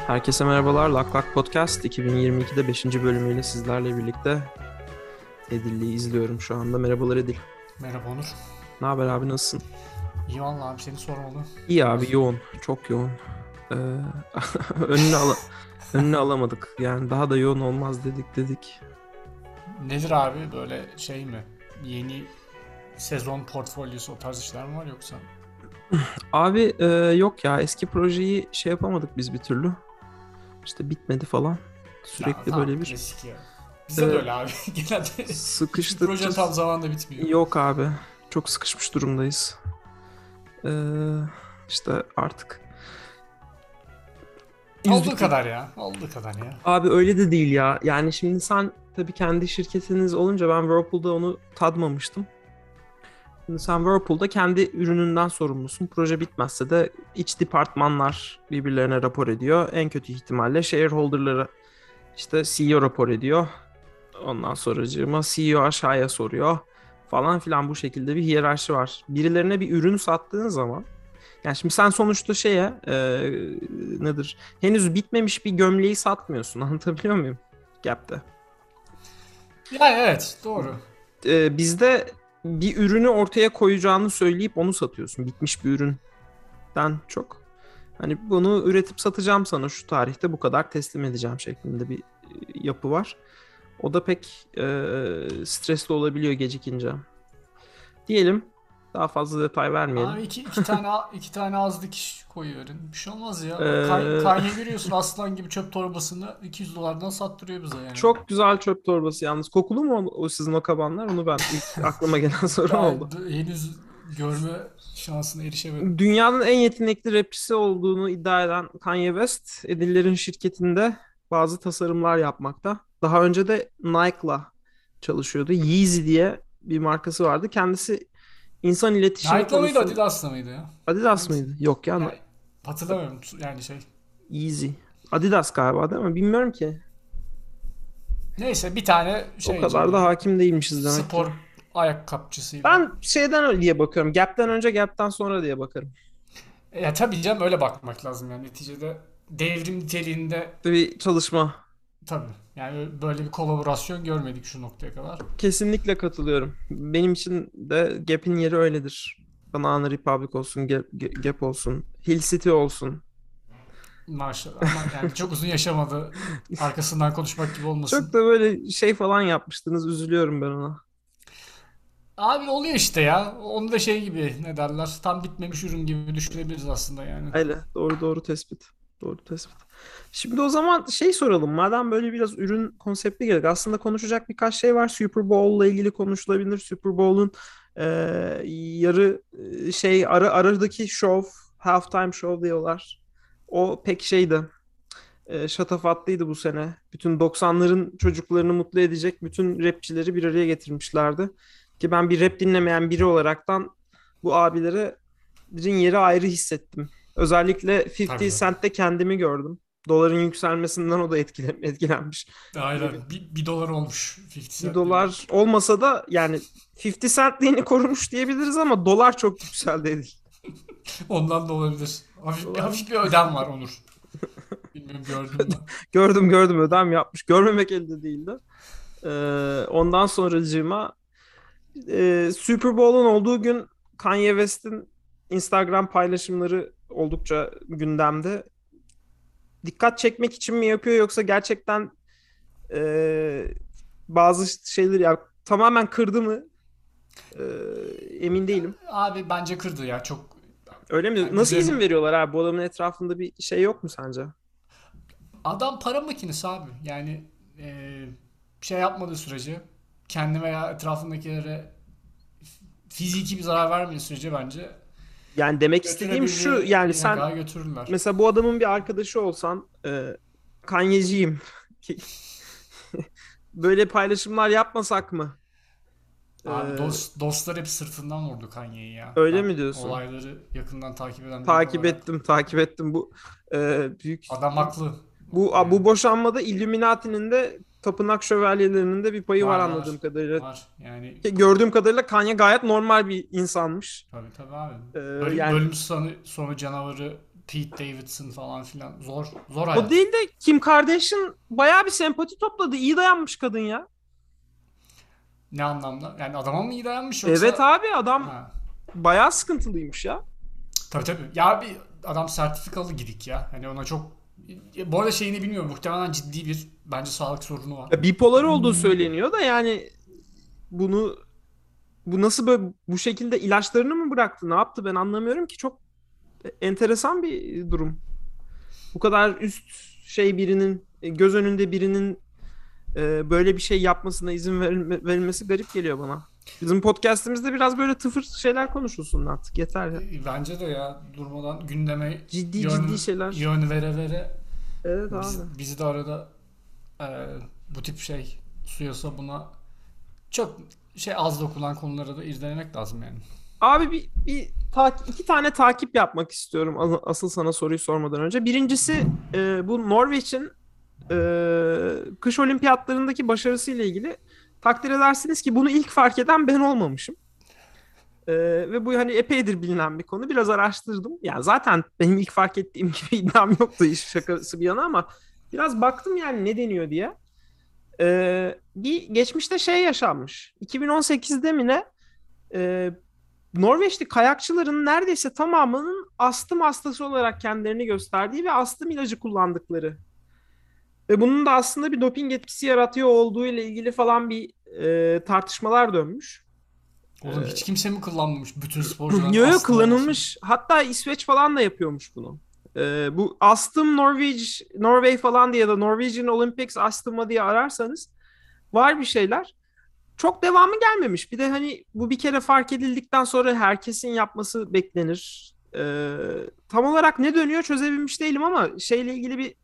Herkese merhabalar. Lak Lak Podcast 2022'de 5. bölümüyle sizlerle birlikte Edil'i izliyorum şu anda. Merhabalar Edil. Merhaba Onur. Ne haber abi, nasılsın? İyi valla abi seni sormalı. İyi abi, yoğun. Çok yoğun. Ee, önünü, ala- önünü alamadık. Yani daha da yoğun olmaz dedik. Nedir abi böyle şey mi? Yeni sezon portfolyosu o tarz işler mi var yoksa? Abi yok ya, eski projeyi şey yapamadık biz bir türlü. İşte bitmedi falan. Ya Sürekli tamam böyle bir klasik ya. Bizde de e, öyle abi. Genelde hiçbir sıkıştıkça proje tam zamanında bitmiyor. yok abi. Çok sıkışmış durumdayız. Ee, işte artık Olduğu yüzdük. kadar ya. Olduğu kadar ya. Abi öyle de değil ya. Yani şimdi sen tabii kendi şirketiniz olunca ben Whirlpool'da onu tadmamıştım. Şimdi sen Whirlpool'da kendi ürününden sorumlusun. Proje bitmezse de iç departmanlar birbirlerine rapor ediyor. En kötü ihtimalle shareholder'lara işte CEO rapor ediyor. Ondan sonracığıma CEO aşağıya soruyor falan filan, bu şekilde bir hiyerarşi var. Birilerine bir ürün sattığın zaman, yani şimdi sen sonuçta nedir? Henüz bitmemiş bir gömleği satmıyorsun. Anlatabiliyor muyum? Gap'te. Yani evet doğru. Bizde bir ürünü ortaya koyacağını söyleyip onu satıyorsun. Bitmiş bir üründen çok. Hani bunu üretip satacağım sana şu tarihte, bu kadar teslim edeceğim şeklinde bir yapı var. O da pek stresli olabiliyor gecikince. Diyelim, daha fazla detay Abi vermeyelim. iki tane az dikiş koyuverin. Bir şey olmaz ya. Bak E, Kanye görüyorsun aslan gibi çöp torbasını 200 dolardan sattırıyor bize yani. Çok güzel çöp torbası yalnız. Kokulu mu o sizin o kabanlar? Onu ben ilk aklıma gelen soru oldu. Henüz görme şansına erişemedim. Dünyanın en yetenekli rapçisi olduğunu iddia eden Kanye West, Ediller'in şirketinde bazı tasarımlar yapmakta. Daha önce de Nike'la çalışıyordu. Yeezy diye bir markası vardı. Kendisi insan iletişimi Nike'la mıydı konusunda... Adidas'la mıydı ya? Adidas Hangisi? mıydı? Yok ya, Yani hatırlamıyorum yani şey. Yeezy. Adidas galiba değil mi? Bilmiyorum ki. Neyse bir tane O şeyci kadar da hakim değilmişiz demek ki. spor ayakkabıcısıydı. Ben şeyden diye bakıyorum. Gap'ten önce, Gap'ten sonra diye bakarım. Ya tabii canım öyle bakmak lazım yani neticede devrim niteliğinde Bir çalışma. tabii. Yani böyle bir kolaborasyon görmedik şu noktaya kadar. Kesinlikle katılıyorum. Benim için de Gap'in yeri öyledir. Banana Republic olsun, Gap olsun, Hill City olsun. Maşallah ama yani çok uzun yaşamadı. Arkasından konuşmak gibi Çok olmasın. da böyle şey falan yapmıştınız. Üzülüyorum ben ona. Abi oluyor işte ya. Onu da şey gibi ne derler? Tam bitmemiş ürün gibi düşünebiliriz aslında yani. Öyle. Doğru doğru tespit. Doğru tespit. Şimdi o zaman şey soralım. Madem böyle biraz ürün konseptli geldik. Aslında konuşacak birkaç şey var. Super Bowl'la ilgili konuşulabilir. Super Bowl'un e, yarı aradaki show, halftime show diyorlar. O pek şeydi. Şatafatlıydı bu sene. Bütün 90'ların çocuklarını mutlu edecek bütün rapçileri bir araya getirmişlerdi. Ki ben bir rap dinlemeyen biri olaraktan bu abilerin yeri ayrı hissettim. Özellikle 50 Tabii canım. Cent'te kendimi gördüm. Doların yükselmesinden o da etkilenmiş. Böyle Aynen. Bir dolar olmuş 50 bir Cent diyor. dolar olmasa da yani 50 Cent'liğini korumuş diyebiliriz ama dolar çok yükseldi değil. Ondan da olabilir. Hafif, Dolar... hafif bir ödem var Onur. Bilmiyorum gördün mü? Gördüm, ödem yapmış. Görmemek elde değildi. Ondan sonracığıma Super Bowl'un olduğu gün Kanye West'in Instagram paylaşımları oldukça gündemde. Dikkat çekmek için mi yapıyor, yoksa gerçekten e, bazı şeyleri ya tamamen kırdı mı? E, emin değilim. Abi bence kırdı ya çok. Öyle mi? Yani Nasıl izin üzerine veriyorlar abi? Bu adamın etrafında bir şey yok mu sence? adam para makinesi abi. Yani e, şey yapmadığı sürece kendi veya etrafındakilere fiziki bir zarar vermediği sürece bence Yani demek istediğim şu, yani götürebildiğine sen kadar götürürler. mesela bu adamın bir arkadaşı olsan, Kanye'ciyim. Böyle paylaşımlar yapmasak mı? Abi E, dostlar hep sırtından vurdu Kanye'yi ya. öyle Ben mi diyorsun? olayları yakından takip eden biri Takip olarak ettim, takip ettim. Bu büyük adam haklı. bu Yani boşanmada Illuminati'nin de tapınak şövalyelerinin de bir payı var var anladığım var kadarıyla. var. Yani Ki gördüğüm kadarıyla Kanye gayet normal bir insanmış. tabii tabii abi. Yani Bölüm sonu canavarı Pete Davidson falan filan. Zor. Zor O hayat. değil de Kim Kardashian bayağı bir sempati topladı. İyi dayanmış kadın ya. Ne anlamda? Yani adama mı iyi dayanmış Evet yoksa... abi, adam Ha. bayağı sıkıntılıymış ya. Tabii tabii. Ya bir adam sertifikalı gidik ya. Hani ona çok... Bu arada şeyini bilmiyorum. Muhtemelen ciddi bir bence sağlık sorunu var. Ya bipolar olduğu söyleniyor da yani bunu bu nasıl böyle bu şekilde ilaçlarını mı bıraktı? Ne yaptı ben anlamıyorum ki. Çok enteresan bir durum. Bu kadar üst şey birinin göz önünde birinin böyle bir şey yapmasına izin verilmesi garip geliyor bana. Bizim podcast'imizde biraz böyle tıfır şeyler konuşulsun artık. Yeter ya. Bence de ya durmadan gündeme Ciddi ciddi yön şeyler. yön vere vere Evet abi. bizi de arada e, bu tip şey suya sabuna çok şey az dokunan konulara da irdelemek lazım yani. Abi iki tane takip yapmak istiyorum asıl sana soruyu sormadan önce. Birincisi bu Norveç'in kış olimpiyatlarındaki başarısıyla ilgili takdir edersiniz ki bunu ilk fark eden ben olmamışım. Ve bu hani epeydir bilinen bir konu. Biraz araştırdım. Yani zaten benim ilk fark ettiğim gibi iddiam yoktu, iş şakası bir yana, ama biraz baktım yani ne deniyor diye. Bir geçmişte şey yaşanmış. 2018'de mi ne? Ee, Norveçli kayakçıların neredeyse tamamının astım hastası olarak kendilerini gösterdiği ve astım ilacı kullandıkları ve bunun da aslında bir doping etkisi yaratıyor olduğu ile ilgili falan bir tartışmalar dönmüş. Oğlum hiç kimse mi kullanmamış bütün sporcuların Yo yo, astım olmasın? kullanılmış. Hatta İsveç falan da yapıyormuş bunu. Bu astım Norway falan diye ya da Norwegian Olympics astıma diye ararsanız var bir şeyler. Çok devamı gelmemiş. Bir de hani bu bir kere fark edildikten sonra herkesin yapması beklenir. Tam olarak ne dönüyor çözebilmiş değilim ama şeyle ilgili bir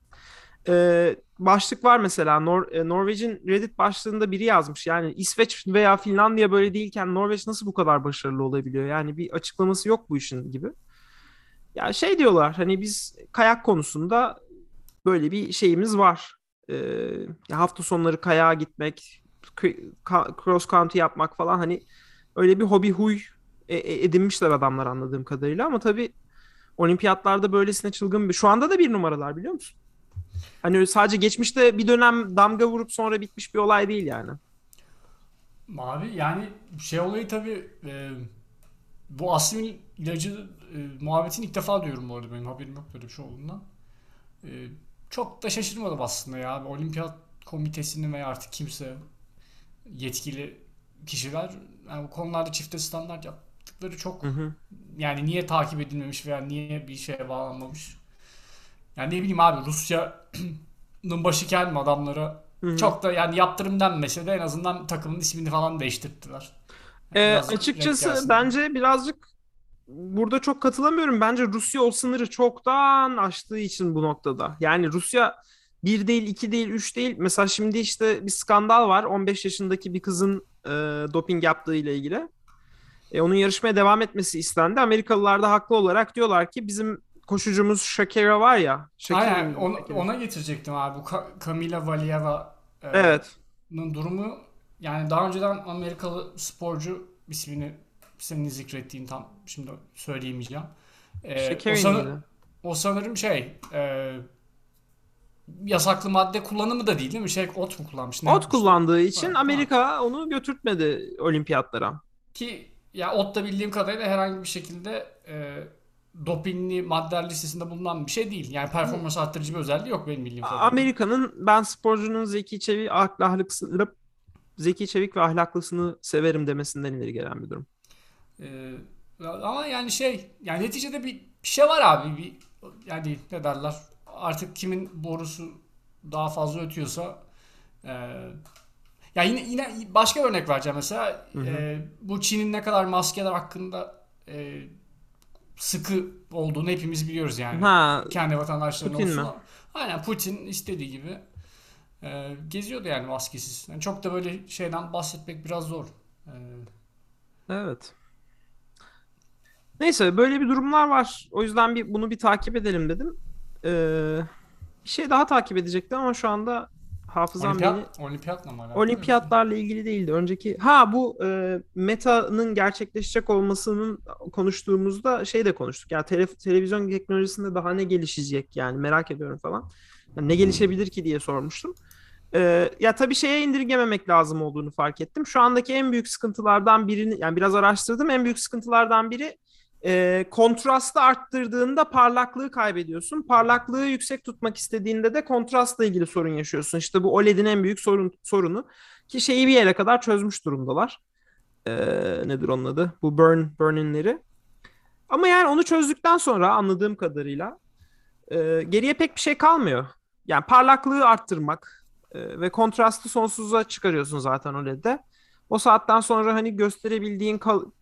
başlık var mesela. Norveç'in Reddit başlığında biri yazmış. Yani İsveç veya Finlandiya böyle değilken Norveç nasıl bu kadar başarılı olabiliyor? Yani bir açıklaması yok bu işin gibi. Ya şey diyorlar, hani biz kayak konusunda böyle bir şeyimiz var. Hafta sonları kayağa gitmek, cross country yapmak falan, hani öyle bir hobi huy edinmişler adamlar anladığım kadarıyla, ama tabii olimpiyatlarda böylesine çılgın bir, şu anda da bir numaralar, biliyor musun? Hani öyle sadece geçmişte bir dönem damga vurup sonra bitmiş bir olay değil yani. Abi yani şey olayı tabii bu astım ilacı muhabbetini ilk defa duyuyorum bu arada benim haberim yok böyle bir şey olduğundan. E, Çok da şaşırmadım aslında ya. Abi, Olimpiyat komitesinin veya artık kimse yetkili kişiler yani bu konularda çifte standart yaptıkları Hı çok hı. yani niye takip edilmemiş veya niye bir şeye bağlanmamış. Yani ne bileyim abi Rusya'nın başı kel mi adamlara Hı hı. çok da yani yaptırım denmese de en azından takımın ismini falan değiştirdiler. Yani birazcık renk Açıkçası gelsin diye. bence birazcık burada çok katılamıyorum. Bence Rusya o sınırı çoktan aştığı için bu noktada. Yani Rusya bir değil, iki değil, üç değil. Mesela şimdi işte bir skandal var. 15 yaşındaki bir kızın doping yaptığı ile ilgili. Onun yarışmaya devam etmesi istendi. Amerikalılar da haklı olarak diyorlar ki bizim koşucumuz Shakira var ya. Shakira Aynen mıydı? Shakira. ona getirecektim abi. Bu Kamila Evet. Valieva'nın durumu yani daha önceden Amerikalı sporcu ismini senin zikrettiğin tam şimdi söyleyemeyeceğim. O, Shakira mıydı? o sanırım yasaklı madde kullanımı da değil mi? Ot mu kullanmış? Ne Ot yapmıştı? kullandığı için Evet, tamam. Amerika onu götürtmedi olimpiyatlara. Ki ya ot da bildiğim kadarıyla herhangi bir şekilde dopingli maddeler listesinde bulunan bir şey değil. Yani performans arttırıcı bir özelliği yok benim bildiğim kadarıyla. Amerika'nın ben sporcunun Zeki Çevik ve ahlaklısını severim demesinden ileri gelen bir durum. E, Ama yani yani neticede bir şey var abi. Yani ne derler? Artık kimin borusu daha fazla ötüyorsa e, ya yine başka örnek vereceğim mesela. Hı hı. Bu Çin'in ne kadar maskeler hakkında sıkı olduğunu hepimiz biliyoruz yani. Ha, Kendi vatandaşlarına Putin olsun. mi? Aynen Putin istediği gibi geziyordu yani maskesiz. Yani çok da böyle şeyden bahsetmek biraz zor. E, Evet. Neyse, böyle bir durumlar var. O yüzden bunu bir takip edelim dedim. Bir şey daha takip edecektim ama şu anda hafızam beni Olimpiyatla mı alakalı yoksa? olimpiyatlarla ilgili değildi. Önceki bu Meta'nın gerçekleşecek olmasının konuştuğumuzda şey de konuştuk. Ya televizyon teknolojisinde daha ne gelişecek yani merak ediyorum falan. Yani ne gelişebilir ki diye sormuştum. Ya tabii şeye indirgememek lazım olduğunu fark ettim. Şu andaki en büyük sıkıntılardan birini yani biraz araştırdım. En büyük sıkıntılardan biri kontrastı arttırdığında parlaklığı kaybediyorsun. Parlaklığı yüksek tutmak istediğinde de kontrastla ilgili sorun yaşıyorsun. İşte bu OLED'in en büyük sorunu ki şeyi bir yere kadar çözmüş durumdalar. Nedir onun adı? Bu burn-in'leri. Ama yani onu çözdükten sonra anladığım kadarıyla geriye pek bir şey kalmıyor. Yani parlaklığı arttırmak ve kontrastı sonsuza çıkarıyorsun zaten OLED'de. O saatten sonra hani gösterebildiğin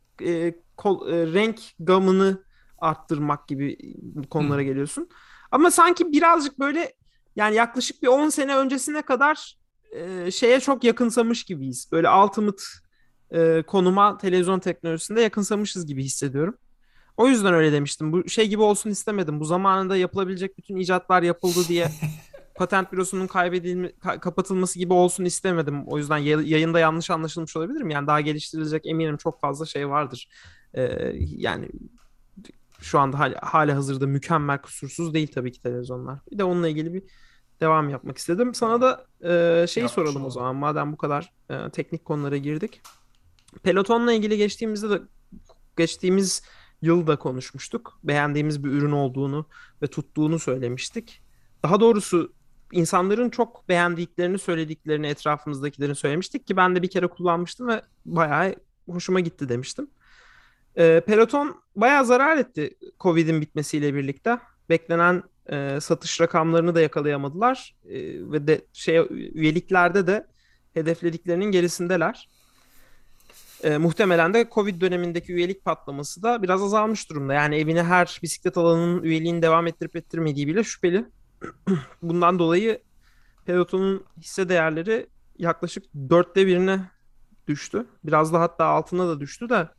renk gamını arttırmak gibi Hı. konulara geliyorsun. Ama sanki birazcık böyle yani yaklaşık bir 10 sene öncesine kadar şeye çok yakınsamış gibiyiz. Böyle ultimate konuma televizyon teknolojisinde yakınsamışız gibi hissediyorum. O yüzden öyle demiştim. Bu şey gibi olsun istemedim. Bu zamanında yapılabilecek bütün icatlar yapıldı diye patent bürosunun kapatılması gibi olsun istemedim. O yüzden yayında yanlış anlaşılmış olabilirim. Yani daha geliştirilecek eminim çok fazla şey vardır. Yani şu anda hala hazırda mükemmel kusursuz değil tabii ki televizyonlar. Bir de onunla ilgili bir devam yapmak istedim. Sana da şeyi Yapmış soralım o olalım. zaman. Madem bu kadar teknik konulara girdik. Peloton'la ilgili geçtiğimiz yıl da konuşmuştuk. Beğendiğimiz bir ürün olduğunu ve tuttuğunu söylemiştik. Daha doğrusu insanların çok beğendiklerini söylediklerini etrafımızdakilerin söylemiştik ki ben de bir kere kullanmıştım ve bayağı hoşuma gitti demiştim. Peloton bayağı zarar etti Covid'in bitmesiyle birlikte. Beklenen satış rakamlarını da yakalayamadılar. Ve de üyeliklerde de hedeflediklerinin gerisindeler. Muhtemelen de Covid dönemindeki üyelik patlaması da biraz azalmış durumda. Yani evine her bisiklet alanının üyeliğini devam ettirip ettirmediği bile şüpheli. Bundan dolayı Peloton'un hisse değerleri yaklaşık dörtte birine düştü. Biraz da hatta altına da düştü de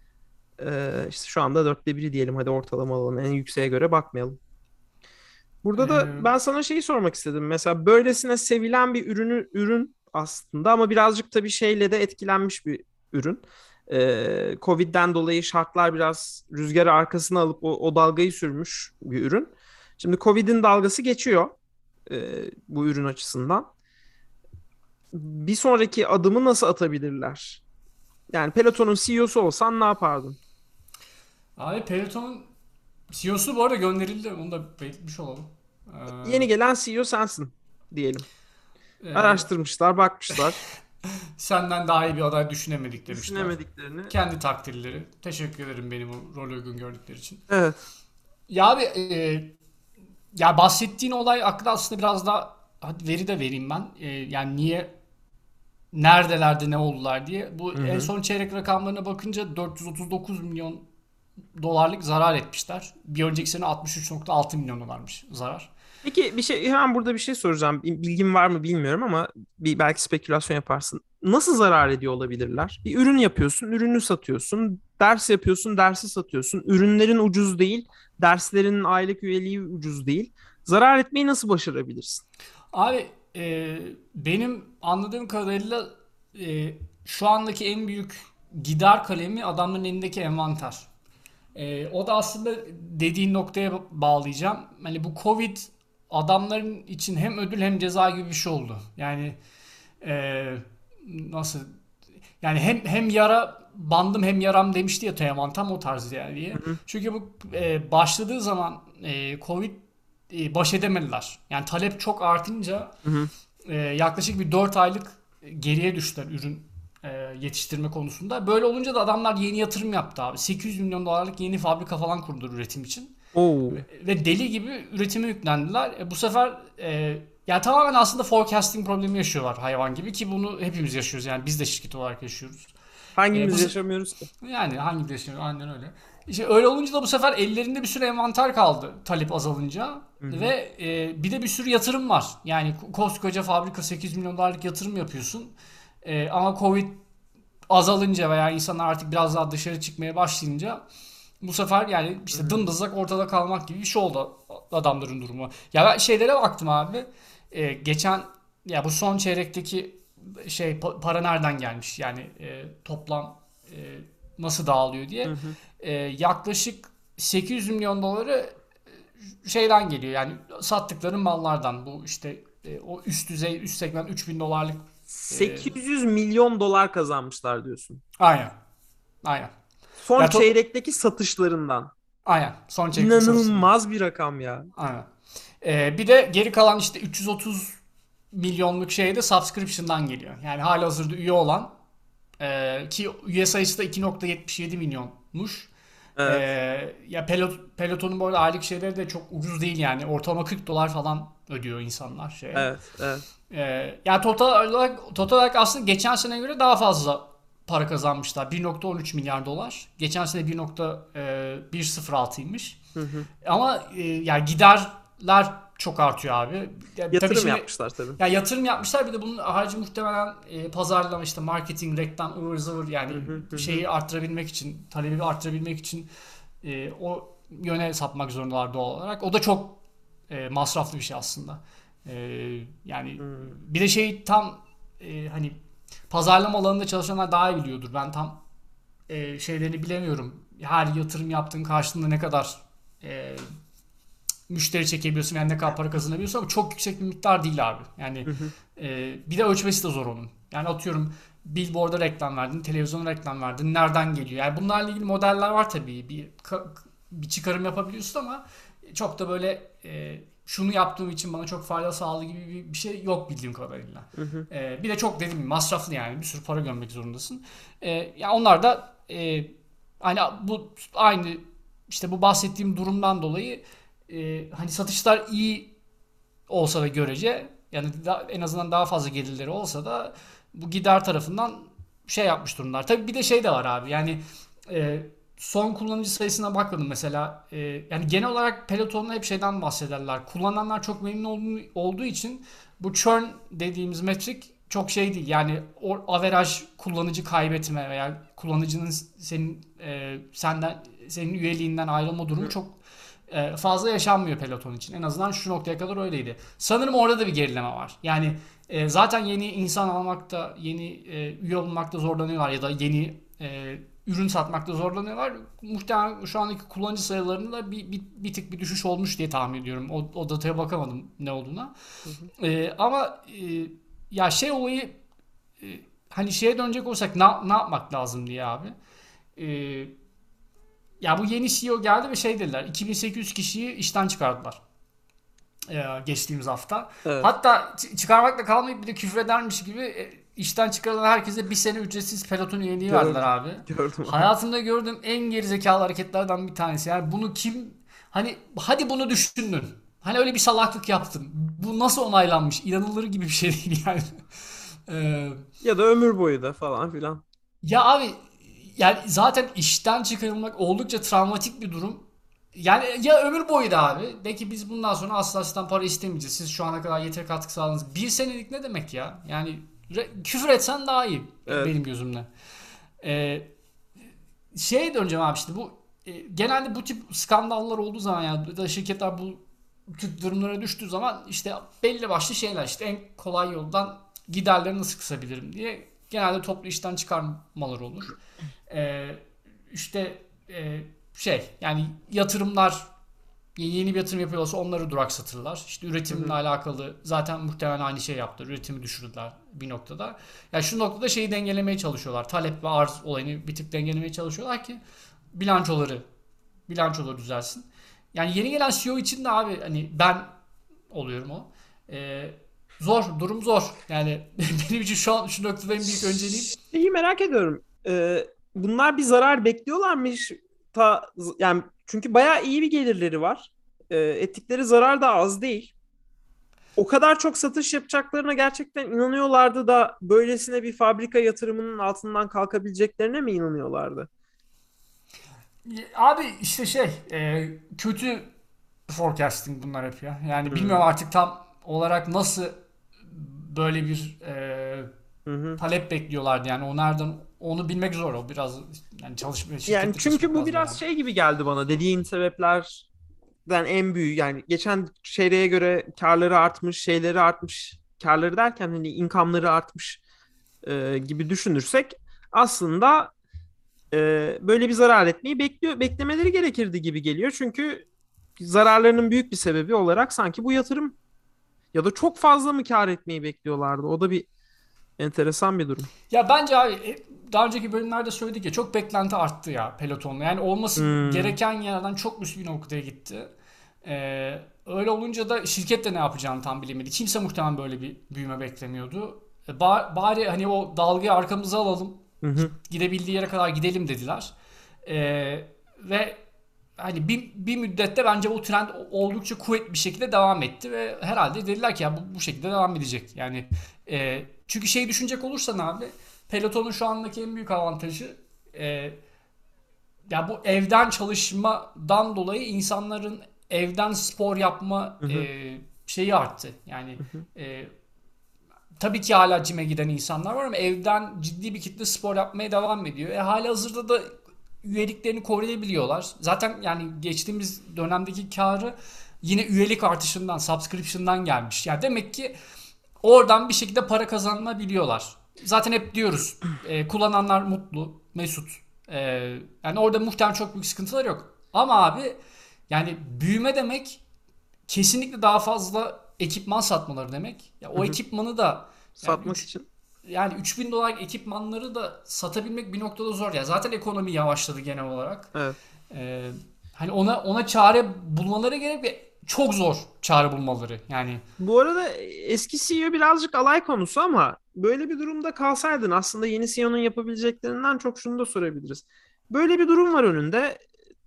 işte şu anda dörtte biri diyelim hadi ortalama alalım. En yükseğe göre bakmayalım. Burada da Ee, ben sana şeyi sormak istedim. Mesela böylesine sevilen bir ürün aslında ama birazcık da bir şeyle de etkilenmiş bir ürün. Covid'den dolayı şartlar biraz rüzgarı arkasına alıp o dalgayı sürmüş bir ürün. Şimdi Covid'in dalgası geçiyor bu ürün açısından. Bir sonraki adımı nasıl atabilirler? Yani Peloton'un CEO'su olsan ne yapardın? Abi Peloton'un CEO'su bu arada gönderildi. Onu da belirtmiş olalım. Yeni gelen CEO sensin diyelim. Ee, Araştırmışlar, bakmışlar. Senden daha iyi bir aday düşünemedik demişler. Düşünemediklerini. Kendi takdirleri. Teşekkür ederim benim o rol uygun gördükleri için. Evet. Ya abi ya bahsettiğin olay hakkında aslında biraz daha hadi veri de vereyim ben. Yani niye neredelerdi ne oldular diye. Bu Hı en hı. son çeyrek rakamlarına bakınca 439 milyon dolarlık zarar etmişler. Bir önceki sene 63,6 milyon dolarmış zarar. Peki hemen burada bir şey soracağım. Bilgin var mı bilmiyorum ama belki spekülasyon yaparsın. Nasıl zarar ediyor olabilirler? Bir ürün yapıyorsun, ürünü satıyorsun. Ders yapıyorsun, dersi satıyorsun. Ürünlerin ucuz değil, derslerin aylık üyeliği ucuz değil. Zarar etmeyi nasıl başarabilirsin? Abi benim anladığım kadarıyla şu andaki en büyük gider kalemi adamların elindeki envanter. O da aslında dediğin noktaya bağlayacağım. Hani bu Covid adamların için hem ödül hem ceza gibi bir şey oldu. Yani e, nasıl yani hem yara bandım hem yaram demişti ya Teoman tam o tarz yani diye. Hı hı, Çünkü bu başladığı zaman Covid baş edemediler. Yani talep çok artınca hı hı, yaklaşık bir 4 aylık geriye düştüler ürün yetiştirme konusunda. Böyle olunca da adamlar yeni yatırım yaptı abi. 800 milyon dolarlık yeni fabrika falan kurdular üretim için. Oo. Ve deli gibi üretime yüklendiler. Bu sefer yani tamamen aslında forecasting problemi yaşıyorlar hayvan gibi ki bunu hepimiz yaşıyoruz. Yani biz de şirket olarak yaşıyoruz. Bu Hangimiz yaşamıyoruz ki? yani hangi yaşıyor aynen öyle. İşte öyle olunca da bu sefer ellerinde bir sürü envanter kaldı talep azalınca Hı hı, ve bir de bir sürü yatırım var. Yani koskoca fabrika 8 milyon dolarlık yatırım yapıyorsun. Ama Covid azalınca veya insanlar artık biraz daha dışarı çıkmaya başlayınca bu sefer yani hı işte hı. dımdızlak ortada kalmak gibi bir şey oldu adamların durumu. Ya ben şeylere baktım abi. Geçen ya bu son çeyrekteki para nereden gelmiş? Yani toplam nasıl dağılıyor Hı diye. hı. Yaklaşık 800 milyon doları şeyden geliyor. Yani sattıkları mallardan. Bu işte o üst düzey, üst segment 3000 dolarlık. e, 800 milyon dolar kazanmışlar diyorsun. aynen. Aynen. Son Ya çeyrekteki satışlarından. aynen. Son çeyreklik satışları. İnanılmaz bir rakam ya. Aynen. Bir de geri kalan işte 330 milyonluk şey de subscription'dan geliyor. Yani halihazırda üye olan, ki üye sayısı da 2,77 milyonmuş. Evet, Ya Peloton'un bu arada aylık şeyleri de çok ucuz değil yani. Ortalama 40 dolar falan ödüyor insanlar şeye. evet, evet. Yani total olarak aslında geçen sene göre daha fazla para kazanmışlar. 1,13 milyar dolar. Geçen sene 1,106'ymış. Hı hı. Ama yani giderler çok artıyor abi. Ya, tabii Yatırım şimdi yapmışlar tabii. ya yatırım yapmışlar, bir de bunun harcı muhtemelen pazarlama, işte marketing, reklam, ıvır zıvır, yani Hı hı hı hı. şeyi arttırabilmek için, talebi arttırabilmek için o yöne sapmak zorundalar doğal olarak. O da çok masraflı bir şey aslında. E, Yani Hı. bir de şey tam hani pazarlama alanında çalışanlar daha iyi biliyordur. Ben tam şeylerini bilemiyorum. Her yatırım yaptığın karşılığında ne kadar e, müşteri çekebiliyorsun, yani ne kadar para kazanabiliyorsun, ama çok yüksek bir miktar değil abi. Yani Hı hı. bir de ölçmesi de zor onun. Yani atıyorum, billboard'a reklam verdin, televizyona reklam verdin. Nereden geliyor? Yani bunlarla ilgili modeller var tabii. Bir çıkarım yapabiliyorsun ama çok da böyle şunu yaptığım için bana çok fayda sağladı gibi bir şey yok bildiğim kadarıyla. Hı hı. Bir de çok dediğim gibi masraflı, yani bir sürü para gömmek zorundasın. Ya onlar da hani bu aynı işte bu bahsettiğim durumdan dolayı hani satışlar iyi olsa da görece, yani en azından daha fazla gelirleri olsa da bu gider tarafından şey yapmış durumlar. Tabii bir de şey de var abi, yani e, son kullanıcı sayısına bakmadım mesela. Yani genel olarak Peloton'da hep şeyden bahsederler. Kullananlar çok memnun olduğu için bu churn dediğimiz metrik çok şey değil. Yani o averaj kullanıcı kaybetme veya kullanıcının senin üyeliğinden ayrılma durumu çok fazla yaşanmıyor Peloton için. En azından şu noktaya kadar öyleydi. Sanırım orada da bir gerileme var. Yani zaten yeni insan almakta, yeni üye olmakta zorlanıyorlar ya da yeni ürün satmakta zorlanıyorlar. Muhtemelen şu andaki kullanıcı sayılarında bir tık bir düşüş olmuş diye tahmin ediyorum. O dataya bakamadım ne olduğuna. Hı hı. Ama ya şey olayı, hani şeye dönecek olursak ne yapmak lazım diye abi. E, Ya bu yeni CEO geldi ve şey dediler. 2800 kişiyi işten çıkardılar. Geçtiğimiz hafta. Evet, Hatta çıkarmakla kalmayıp bir de küfredermiş gibi işten çıkarılan herkese bir sene ücretsiz Peloton üyeliği verdiler gördüm. abi. Gördüm abi. Hayatımda gördüğüm en gerizekalı hareketlerden bir tanesi. Yani bunu kim, hani hadi bunu düşündün. Hani öyle bir salaklık yaptın. Bu nasıl onaylanmış? İnanılır gibi bir şey değil yani. Ee, Ya da ömür boyu da falan filan. Ya abi, yani zaten işten çıkarılmak oldukça travmatik bir durum. Yani ya ömür boyu da abi. De ki biz bundan sonra asla sizden para istemeyeceğiz. Siz şu ana kadar yeteri katkı sağladınız. Bir senelik ne demek ya? Yani küfür etsen daha iyi Evet. benim gözümde. Ee, Şeye döneceğim abi, işte bu genelde bu tip skandallar olduğu zaman, yani da şirketler bu tip durumlara düştüğü zaman, işte belli başlı şeyler, işte en kolay yoldan giderleri nasıl kısabilirim diye genelde toplu işten çıkarmalar olur. Ee, işte yani yatırımlar, yeni bir yatırım yapıyorlarsa onları duraksatırlar. İşte Hı üretimle hı. alakalı zaten muhtemelen aynı şey yaptılar. Üretimi düşürdüler bir noktada. Yani şu noktada şeyi dengelemeye çalışıyorlar. Talep ve arz olayını bir tık dengelemeye çalışıyorlar ki bilançoları bilançoları düzelsin. Yani yeni gelen CEO için de abi, hani ben oluyorum o. Ee, Durum zor. Yani benim için şu an şu noktada en büyük önceliğim. Şeyi merak ediyorum. Bunlar bir zarar bekliyorlarmış. Yani çünkü bayağı iyi bir gelirleri var. Ettikleri zarar da az değil. O kadar çok satış yapacaklarına gerçekten inanıyorlardı da böylesine bir fabrika yatırımının altından kalkabileceklerine mi inanıyorlardı? Abi işte kötü forecasting bunlar hep ya. Yani bilmiyorum Hmm. artık tam olarak nasıl böyle bir Hı hı. talep bekliyorlardı, yani o nereden, onu bilmek zor, o biraz yani Yani şirkette çünkü çalışmak bu lazım biraz herhalde. şey gibi geldi bana. Dediğin sebeplerden en büyüğü, yani geçen çeyreğe göre karları artmış, şeyleri artmış. karları derken hani income'ları artmış gibi düşünürsek aslında böyle bir zarar etmeyi beklemeleri gerekirdi gibi geliyor. Çünkü zararlarının büyük bir sebebi olarak sanki bu yatırım ya da çok fazla mı kar etmeyi bekliyorlardı? O da bir enteresan bir durum. Ya bence abi daha önceki bölümlerde söyledik ya, çok beklenti arttı ya Peloton'la. Yani olması Hmm. gereken yerden çok üst bir noktaya gitti. Öyle olunca da şirket de ne yapacağını tam bilemedi. Kimse muhtemelen böyle bir büyüme beklemiyordu. Bari hani o dalgayı arkamıza alalım. Hı hı. Gidebildiği yere kadar gidelim dediler. Ve hani bir müddette bence bu trend oldukça kuvvetli bir şekilde devam etti ve herhalde dediler ki ya bu şekilde devam edecek. Yani çünkü şey düşünecek olursan abi, Peloton'un şu andaki en büyük avantajı ya bu evden çalışmadan dolayı insanların evden spor yapma Hı hı. şeyi arttı. Yani Hı hı. e, tabii ki hala cime giden insanlar var ama evden ciddi bir kitle spor yapmaya devam ediyor. Halihazırda da üyeliklerini koruyabiliyorlar. Zaten yani geçtiğimiz dönemdeki karı yine üyelik artışından, subscription'dan gelmiş. Yani demek ki oradan bir şekilde para kazanabiliyorlar. Zaten hep diyoruz kullananlar mutlu, mesut. E, Yani orada muhtemelen çok büyük sıkıntılar yok. Ama abi yani büyüme demek kesinlikle daha fazla ekipman satmaları demek. Ya Hı o hı. ekipmanı da yani Satmak için. yani 3000 dolar ekipmanları da satabilmek bir noktada zor ya. Zaten ekonomi yavaşladı genel olarak. Evet. Ee, Hani ona çare bulmaları gerek ve çok zor çare bulmaları. Yani Bu arada eski CEO birazcık alay konusu ama böyle bir durumda kalsaydın aslında yeni CEO'nun yapabileceklerinden çok şunu da sorabiliriz. Böyle bir durum var önünde.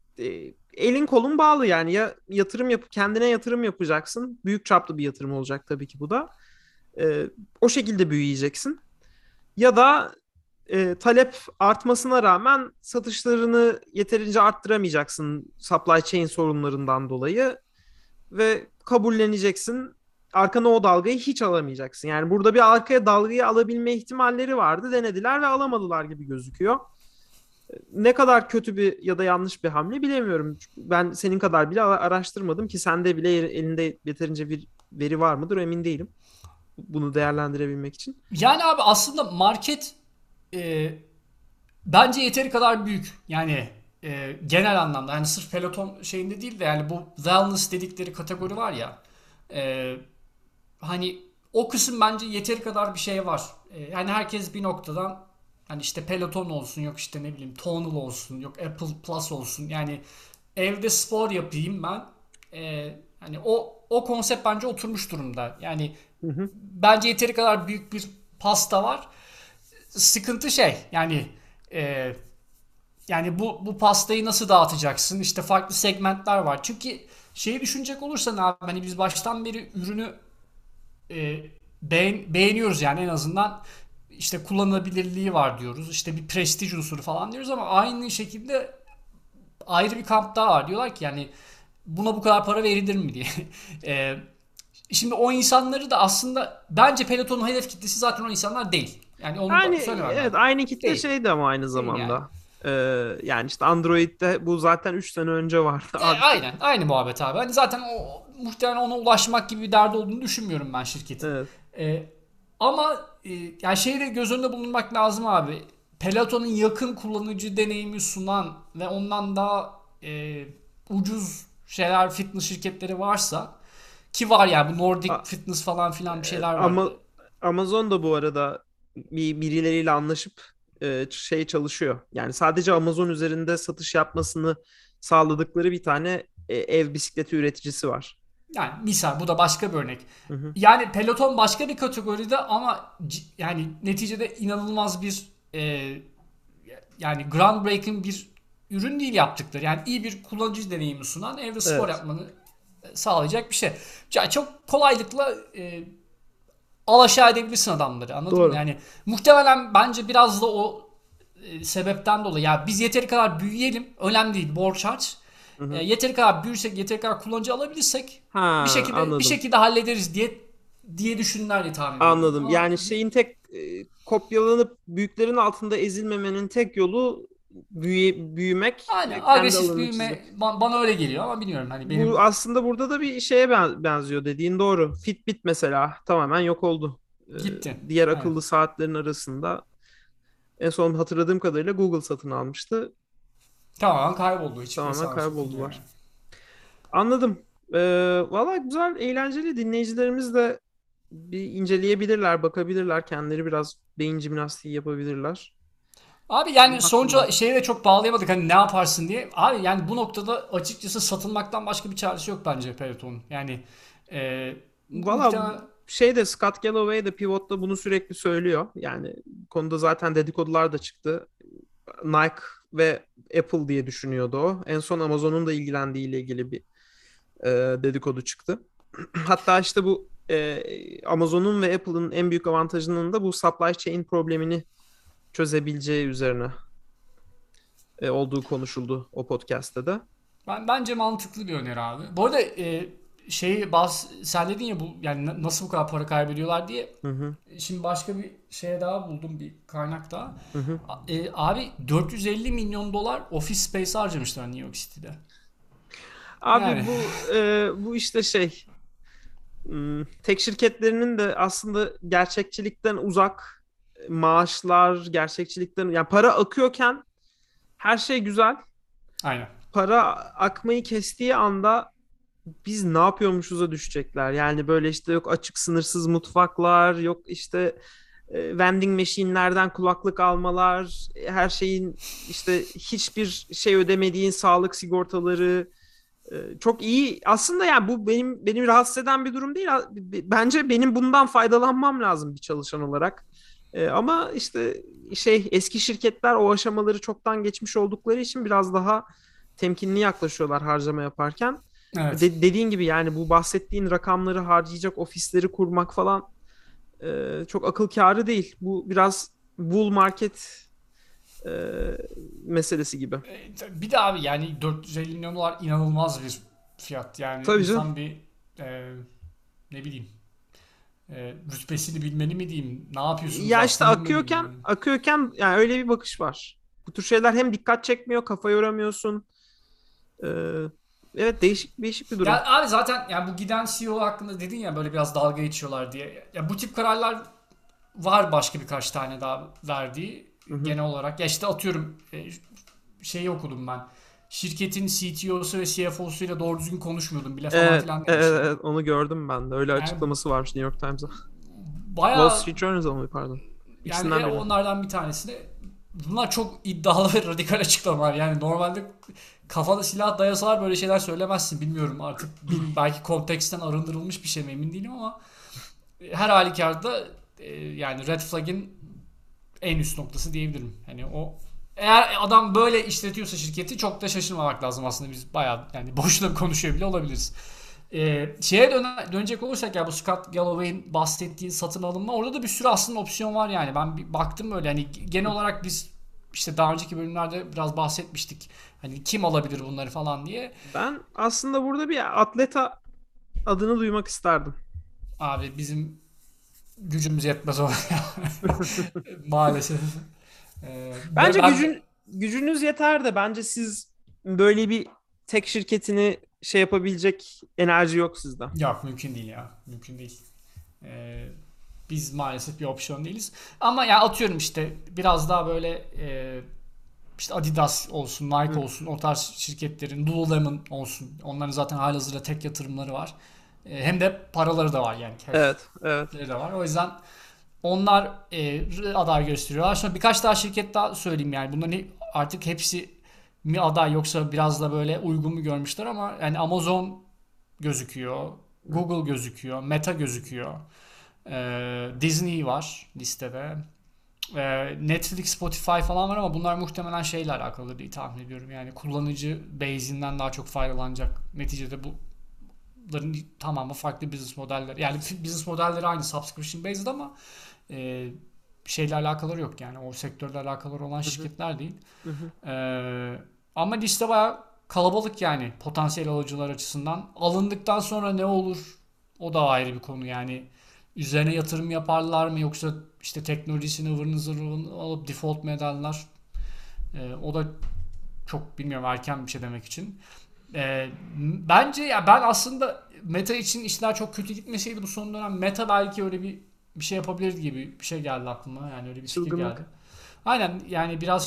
Elin kolun bağlı yani ya yatırım yapıp kendine yatırım yapacaksın. Büyük çaplı bir yatırım olacak tabii ki bu da. E, O şekilde büyüyeceksin. Ya da talep artmasına rağmen satışlarını yeterince arttıramayacaksın supply chain sorunlarından dolayı ve kabulleneceksin. Arkana o dalgayı hiç alamayacaksın. Yani burada bir arkaya dalgayı alabilme ihtimalleri vardı. Denediler ve alamadılar gibi gözüküyor. Ne kadar kötü bir ya da yanlış bir hamle bilemiyorum. Ben senin kadar bile araştırmadım ki sende bile elinde yeterince bir veri var mıdır emin değilim. Bunu değerlendirebilmek için. yani abi aslında market e, bence yeteri kadar büyük. Yani genel anlamda yani sırf Peloton şeyinde değil de yani bu wellness dedikleri kategori var ya. e, Hani o kısım bence yeteri kadar bir şey var. Yani herkes bir noktadan hani işte Peloton olsun, yok işte ne bileyim Tonal olsun, yok Apple Plus olsun. Yani evde spor yapayım ben. Hani o konsept bence oturmuş durumda. Yani Hı hı. bence yeteri kadar büyük bir pasta var. Sıkıntı şey yani e, yani bu pastayı nasıl dağıtacaksın? İşte farklı segmentler var. Çünkü şeyi düşünecek olursan abi hani biz baştan beri ürünü beğeniyoruz yani en azından işte kullanılabilirliği var diyoruz. İşte bir prestij unsuru falan diyoruz ama aynı şekilde ayrı bir kamp daha var. Diyorlar ki yani buna bu kadar para verilir mi diye. E, Şimdi o insanları da aslında bence Peloton'un hedef kitlesi zaten o insanlar değil. Yani onu Yani da söylemem evet lazım. aynı kitle Değil. şeydi ama aynı Değil yani. zamanda. Ee, Yani işte Android'de bu zaten 3 sene önce vardı artık. Aynen. Aynı muhabbet abi. Hani zaten o muhtemelen ona ulaşmak gibi bir derdi olduğunu düşünmüyorum ben şirketin. Evet. E, Ama yani şeyi de göz önünde bulundurmak lazım abi. Peloton'un yakın kullanıcı deneyimi sunan ve ondan daha ucuz şeyler fitness şirketleri varsa ki var ya bu Nordic A- Fitness falan filan bir şeyler var. Ama Amazon da bu arada birileriyle anlaşıp şey çalışıyor. Yani sadece Amazon üzerinde satış yapmasını sağladıkları bir tane ev bisikleti üreticisi var. Yani misal bu da başka bir örnek. Hı hı. Yani Peloton başka bir kategoride ama yani neticede inanılmaz bir yani groundbreaking bir ürün değil yaptıkları. Yani iyi bir kullanıcı deneyimi sunan, evde spor Evet. yapmanı sağlayacak bir şey. Yani çok kolaylıkla alaşağı edebilirsin adamları, anladın mı? Doğru. Yani muhtemelen bence biraz da o sebepten dolayı ya biz yeteri kadar büyüyelim. Önemli değil borç harç. Hı hı. Yeteri kadar büyürsek, yeteri kadar kullanıcı alabilirsek Ha, bir anladım. şekilde hallederiz diye düşünürler diye tahmin ediyorum. Anladım. Ama Yani şeyin tek kopyalanıp büyüklerin altında ezilmemenin tek yolu büyümek Yani kendi agresif alanını çizmek. büyüme bana öyle geliyor ama bilmiyorum hani Bu benim aslında burada da bir şeye benziyor, dediğin doğru. Fitbit mesela tamamen yok oldu. Ee, gitti. Diğer Evet. akıllı saatlerin arasında en son hatırladığım kadarıyla Google satın almıştı. Tamamen kayboldu. Hiç Tamamen piyasaya sokulmuyor kayboldular. yani. Anladım. Valla güzel, eğlenceli. Dinleyicilerimiz de bir inceleyebilirler, bakabilirler. Kendileri biraz beyin jimnastiği yapabilirler. Abi yani Hakkında. sonuçta şeye de çok bağlayamadık hani ne yaparsın diye. Abi yani bu noktada açıkçası satılmaktan başka bir çaresi yok bence Peloton'un. Yani Valla muhtemelen Scott Galloway de Pivot'ta bunu sürekli söylüyor. Yani konuda zaten dedikodular da çıktı. Nike ve Apple diye düşünüyordu o. En son Amazon'un da ilgilendiğiyle ilgili bir dedikodu çıktı. Hatta işte bu Amazon'un ve Apple'ın en büyük avantajının da bu supply chain problemini çözebileceği üzerine olduğu konuşuldu o podcast'te de. bence mantıklı bir öneri abi. Bu arada sen dedin ya bu yani nasıl bu kadar para kaybediyorlar diye. Hı hı, Şimdi başka bir şeye daha buldum bir kaynak daha. hı hı. Abi 450 milyon dolar office space harcamışlar New York City'de. Yani Abi bu işte tek şirketlerinin de aslında gerçekçilikten uzak maaşlar, gerçekçilikten, yani para akıyorken her şey güzel. aynen. Para akmayı kestiği anda biz ne yapıyormuşuz'a düşecekler. Yani böyle işte yok açık sınırsız mutfaklar, yok işte vending machine'lerden kulaklık almalar, her şeyin işte hiçbir şey ödemediğin sağlık sigortaları, çok iyi. Aslında yani bu benim rahatsız eden bir durum değil. Bence benim bundan faydalanmam lazım bir çalışan olarak. Ama işte eski şirketler o aşamaları çoktan geçmiş oldukları için biraz daha temkinli yaklaşıyorlar harcama yaparken. Evet. Dediğin gibi yani bu bahsettiğin rakamları harcayacak ofisleri kurmak falan çok akıl kârı değil. Bu biraz bull market e, meselesi gibi. Bir de abi yani 450 milyon dolar inanılmaz bir fiyat. Yani Tabii canım. insan bir ne bileyim rütbesini bilmeni mi diyeyim, ne yapıyorsunuz Ya işte aslında mı diyeyim akıyorken yani. akıyorken yani öyle bir bakış var. Bu tür şeyler hem dikkat çekmiyor, kafa yoramıyorsun. Ee, evet, değişik bir durum. Ya abi zaten yani bu giden CEO hakkında dedin ya böyle biraz dalga geçiyorlar diye. Ya bu tip kararlar var başka birkaç tane daha verdiği Hı hı. genel olarak. Ya işte atıyorum şeyi okudum ben. Şirketin CTO'su ve CFO'suyla doğru düzgün konuşmuyordum bile falan Evet, filan evet, demişler. evet, onu gördüm ben de. Öyle Yani açıklaması varmış New York Times'a. Wall baya Street Journal'da mı, pardon. yani İkisinden biri. onlardan bir tanesi de bunlar çok iddialı ve radikal açıklamalar. Yani normalde kafada silah dayasalar böyle şeyler söylemezsin. Bilmiyorum artık belki konteksten arındırılmış bir şey mi emin değilim ama her halükarda yani red flag'in en üst noktası diyebilirim. Hani o eğer adam böyle işletiyorsa şirketi çok da şaşırmamak lazım aslında biz bayağı yani boşuna konuşuyor bile olabiliriz. Dönecek olursak ya bu Scott Galloway'in bahsettiği satın alınma orada da bir sürü aslında opsiyon var yani. Ben bir baktım böyle hani genel olarak biz işte daha önceki bölümlerde biraz bahsetmiştik. Hani kim alabilir bunları falan diye. Ben aslında burada bir atleta adını duymak isterdim. Abi bizim gücümüz yetmez ona maalesef. Ve Bence ben gücünüz yeter de bence siz böyle bir tek şirketini yapabilecek enerji yok sizde. yok mümkün değil ya. Mümkün değil. Ee, Biz maalesef bir opsiyon değiliz. Ama ya atıyorum işte biraz daha böyle işte Adidas olsun, Nike Hı. olsun o tarz şirketlerin Lululemon olsun. Onların zaten halihazırda tek yatırımları var. Hem de paraları da var yani Evet, evet. cash'leri de var. O yüzden onlar aday gösteriyorlar. Sonra birkaç daha şirket daha söyleyeyim yani. Bunların artık hepsi mi aday yoksa biraz da böyle uygun mu görmüşler ama yani Amazon gözüküyor. Google gözüküyor. Meta gözüküyor. Disney var listede. Netflix, Spotify falan var ama bunlar muhtemelen şeyle alakalı diye tahmin ediyorum. Yani kullanıcı base'inden daha çok faydalanacak. Neticede bunların tamamı farklı business modeller. Yani business modelleri aynı subscription based ama e, şeyle alakaları yok yani. O sektörle alakaları olan Hı hı, şirketler değil. hı hı. Ama liste bayağı kalabalık yani potansiyel alıcılar açısından. Alındıktan sonra ne olur? O da ayrı bir konu yani. Üzerine yatırım yaparlar mı yoksa işte teknolojisini ıvırını zıvırını alıp default mu ederler? O da çok bilmiyorum erken bir şey demek için. Bence ya ben aslında Meta için işler çok kötü gitmeseydi bu son dönem Meta belki öyle bir şey yapabilirdi gibi bir şey geldi aklıma. Yani öyle bir fikir geldi. Çılgınlık. Aynen yani biraz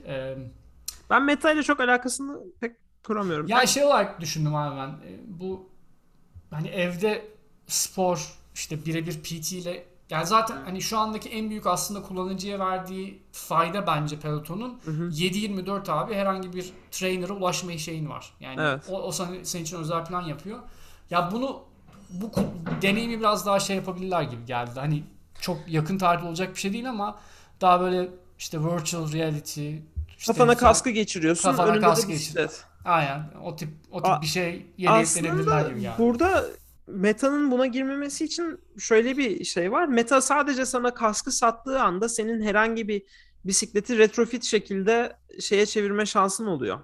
Ben Meta ile çok alakasını pek kuramıyorum. yani şey olarak düşündüm abi ben. Bu hani evde spor işte birebir PT ile yani zaten hani şu andaki en büyük aslında kullanıcıya verdiği fayda bence Peloton'un Hı hı. 7/24 abi herhangi bir trainer'a ulaşma şeyin var. Yani Evet. o senin için özel plan yapıyor. Ya bu deneyimi biraz daha şey yapabilirler gibi geldi. Hani çok yakın tarihte olacak bir şey değil ama daha böyle işte virtual reality işte Kafana sen kaskı geçiriyorsun, kafana önünde de kask geçir. bisiklet. Aynen o tip A- bir şey yeni eklenebilirler Aslında gibi geldi. burada Meta'nın buna girmemesi için şöyle bir şey var. Meta sadece sana kaskı sattığı anda senin herhangi bir bisikleti retrofit şekilde şeye çevirme şansın oluyor.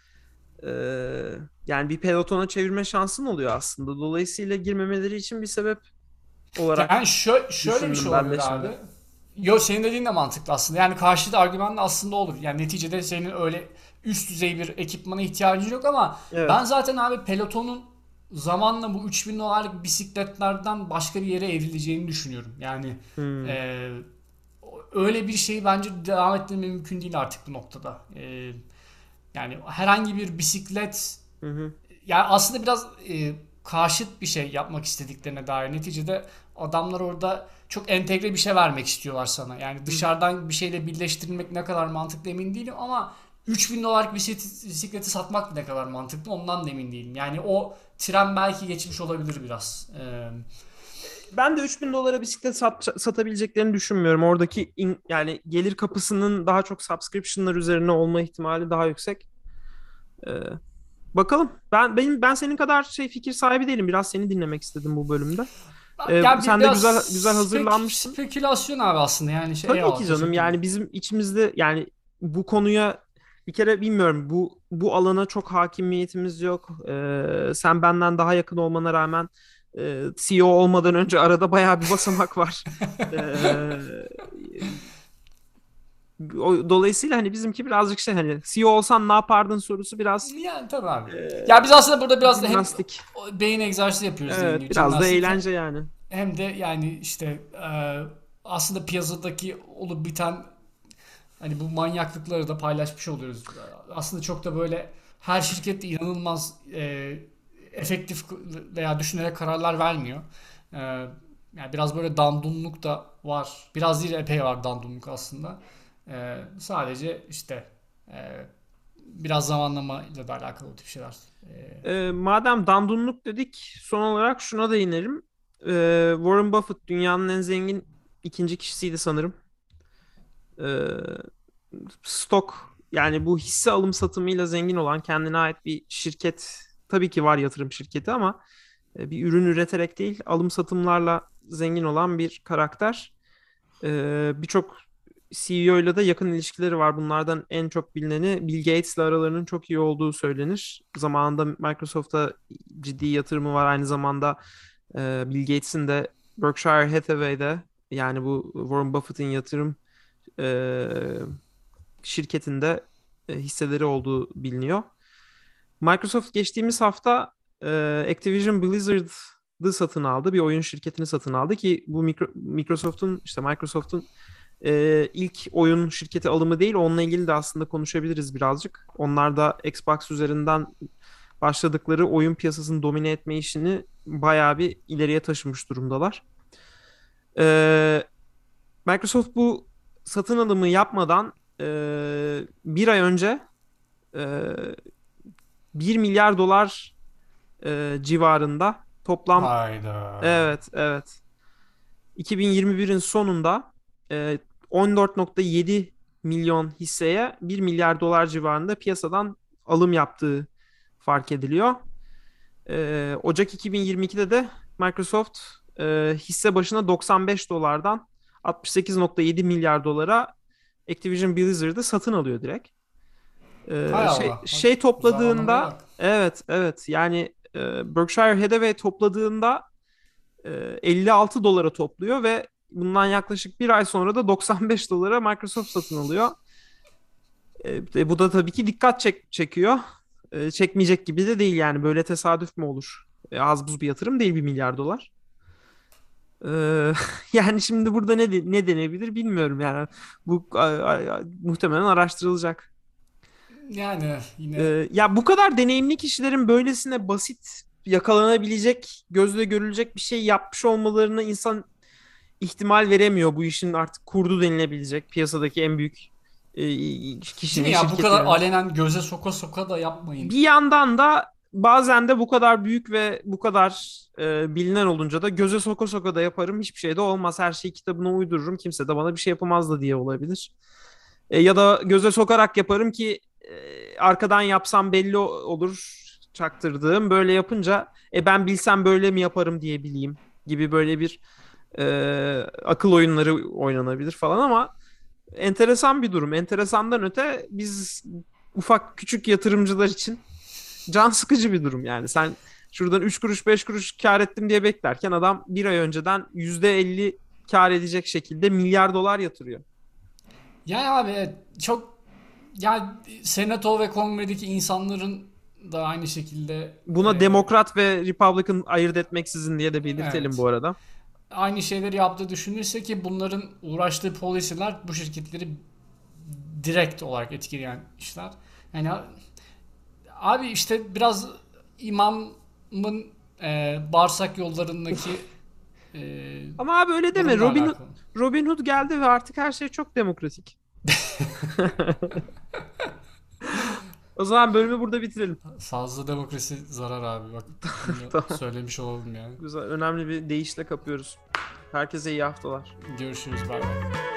Ee, Yani bir pelotona çevirme şansın oluyor aslında. Dolayısıyla girmemeleri için bir sebep Yani olarak şöyle bir şey düşündüm ben de olabilir şimdi. abi. Yo senin dediğin de mantıklı aslında. Yani karşıt argüman da aslında olur. Yani neticede senin öyle üst düzey bir ekipmana ihtiyacın yok ama ben Evet. zaten abi Peloton'un zamanla bu 3000 dolarlık bisikletlerden başka bir yere evrileceğini düşünüyorum. Yani Hmm. e, öyle bir şeyi bence devam ettirme mümkün değil artık bu noktada. Yani herhangi bir bisiklet Hı hı. yani aslında biraz karşıt bir şey yapmak istediklerine dair. Neticede adamlar orada çok entegre bir şey vermek istiyorlar sana. Yani Hı hı. dışarıdan bir şeyle birleştirilmek ne kadar mantıklı emin değilim ama 3000 dolarlık bir bisikleti satmak ne kadar mantıklı ondan da emin değilim. Yani o tren belki geçmiş olabilir biraz. Ben de 3000 dolara bisiklet satabileceklerini düşünmüyorum. Oradaki yani gelir kapısının daha çok subscription'lar üzerine olma ihtimali daha yüksek. Ee, Bakalım. Ben senin kadar fikir sahibi değilim. Biraz seni dinlemek istedim bu bölümde. Yani Sen de biraz güzel güzel hazırlanmışsın. spekülasyon abi aslında yani Tabii eyvallah ki canım. teşekkürler. Yani bizim içimizde yani bu konuya bir kere bilmiyorum bu alana çok hakimiyetimiz yok. Sen benden daha yakın olmana rağmen CEO olmadan önce arada bayağı bir basamak var. Ee, Dolayısıyla hani bizimki birazcık hani CEO olsan ne yapardın sorusu biraz Yani tabii abi. e, Ya biz aslında burada biraz da hem jimnastik. beyin egzersizi yapıyoruz dediğin Evet, gibi biraz da jimnastik eğlence yani. hem de yani işte aslında piyasadaki olup biten hani bu manyaklıkları da paylaşmış oluyoruz. Aslında çok da böyle her şirket de inanılmaz efektif veya düşünerek kararlar vermiyor. E, Yani biraz böyle dandunluk da var. Biraz değil epey var dandunluk aslında. Sadece işte e, biraz zamanlamayla da alakalı o tip şeyler. Madem dandunluk dedik, son olarak şuna değinelim. Warren Buffett dünyanın en zengin ikinci kişisiydi sanırım. Ee, Stok yani bu hisse alım satımıyla zengin olan kendine ait bir şirket tabii ki var, yatırım şirketi, ama bir ürün üreterek değil, alım satımlarla zengin olan bir karakter. Birçok CEO ile de yakın ilişkileri var. Bunlardan en çok bilineni Bill Gates ile aralarının çok iyi olduğu söylenir. Zamanında Microsoft'a ciddi yatırımı var. Aynı zamanda Bill Gates'in de Berkshire Hathaway'de, yani bu Warren Buffett'in yatırım e, şirketinde hisseleri olduğu biliniyor. Microsoft geçtiğimiz hafta Activision Blizzard'ı satın aldı. Bir oyun şirketini satın aldı ki bu Microsoft'un ilk oyun şirketi alımı değil. Onunla ilgili de aslında konuşabiliriz birazcık. Onlar da Xbox üzerinden başladıkları oyun piyasasını domine etme işini bayağı bir ileriye taşımış durumdalar. E, Microsoft bu satın alımı yapmadan bir ay önce e, 1 milyar dolar civarında toplam, Hayda. evet evet, 2021'in sonunda 14,7 milyon hisseye 1 milyar dolar civarında piyasadan alım yaptığı fark ediliyor. Ocak 2022'de de Microsoft hisse başına 95 dolardan 68,7 milyar dolara Activision Blizzard'ı satın alıyor direkt. Hay Şey, Allah. Bak, şey zamanlamaya topladığında, bak. evet evet, yani Berkshire Hathaway topladığında 56 dolara topluyor ve bundan yaklaşık bir ay sonra da 95 dolara Microsoft satın alıyor. Bu da tabii ki dikkat çekiyor. Çekmeyecek gibi de değil yani, böyle tesadüf mü olur? Az buz bir yatırım değil 1 milyar dolar. E, Yani şimdi burada ne denebilir bilmiyorum yani. Bu muhtemelen araştırılacak. Yani yine Ya bu kadar deneyimli kişilerin böylesine basit, yakalanabilecek, gözle görülecek bir şey yapmış olmalarını insan ihtimal veremiyor. Bu işin artık kurdu denilebilecek piyasadaki en büyük değil mi kişinin, ya, bu kadar şirketinin. alenen göze soka soka da yapmayın. Bir yandan da bazen de bu kadar büyük ve bu kadar bilinen olunca da göze soka soka da yaparım. Hiçbir şey de olmaz. Her şeyi kitabına uydururum. Kimse de bana bir şey yapamaz da diye olabilir. Ya da göze sokarak yaparım ki arkadan yapsam belli olur çaktırdığım. Böyle yapınca ben bilsem böyle mi yaparım diye bileyim gibi böyle bir akıl oyunları oynanabilir falan ama enteresan bir durum. Enteresandan öte biz ufak küçük yatırımcılar için can sıkıcı bir durum yani. Sen şuradan 3 kuruş 5 kuruş kar ettim diye beklerken adam bir ay önceden %50 kar edecek şekilde milyar dolar yatırıyor. Yani abi evet, çok yani Senato ve Kongre'deki insanların da aynı şekilde Buna Demokrat ve Republican ayırt etmeksizin diye de belirtelim evet, bu arada. aynı şeyleri yaptığı düşünülürse ki bunların uğraştığı policy'ler bu şirketleri direkt olarak etkileyen işler. Yani abi işte biraz imamın bağırsak yollarındaki e, Ama abi öyle deme. durumla alakalı. Robin Hood geldi ve artık her şey çok demokratik. O zaman bölümü burada bitirelim. Fazla demokrasi zarar abi, bak bunu da Tamam. söylemiş olalım yani. Güzel, önemli bir deyişle kapıyoruz. Herkese iyi haftalar. Görüşürüz, bay bay.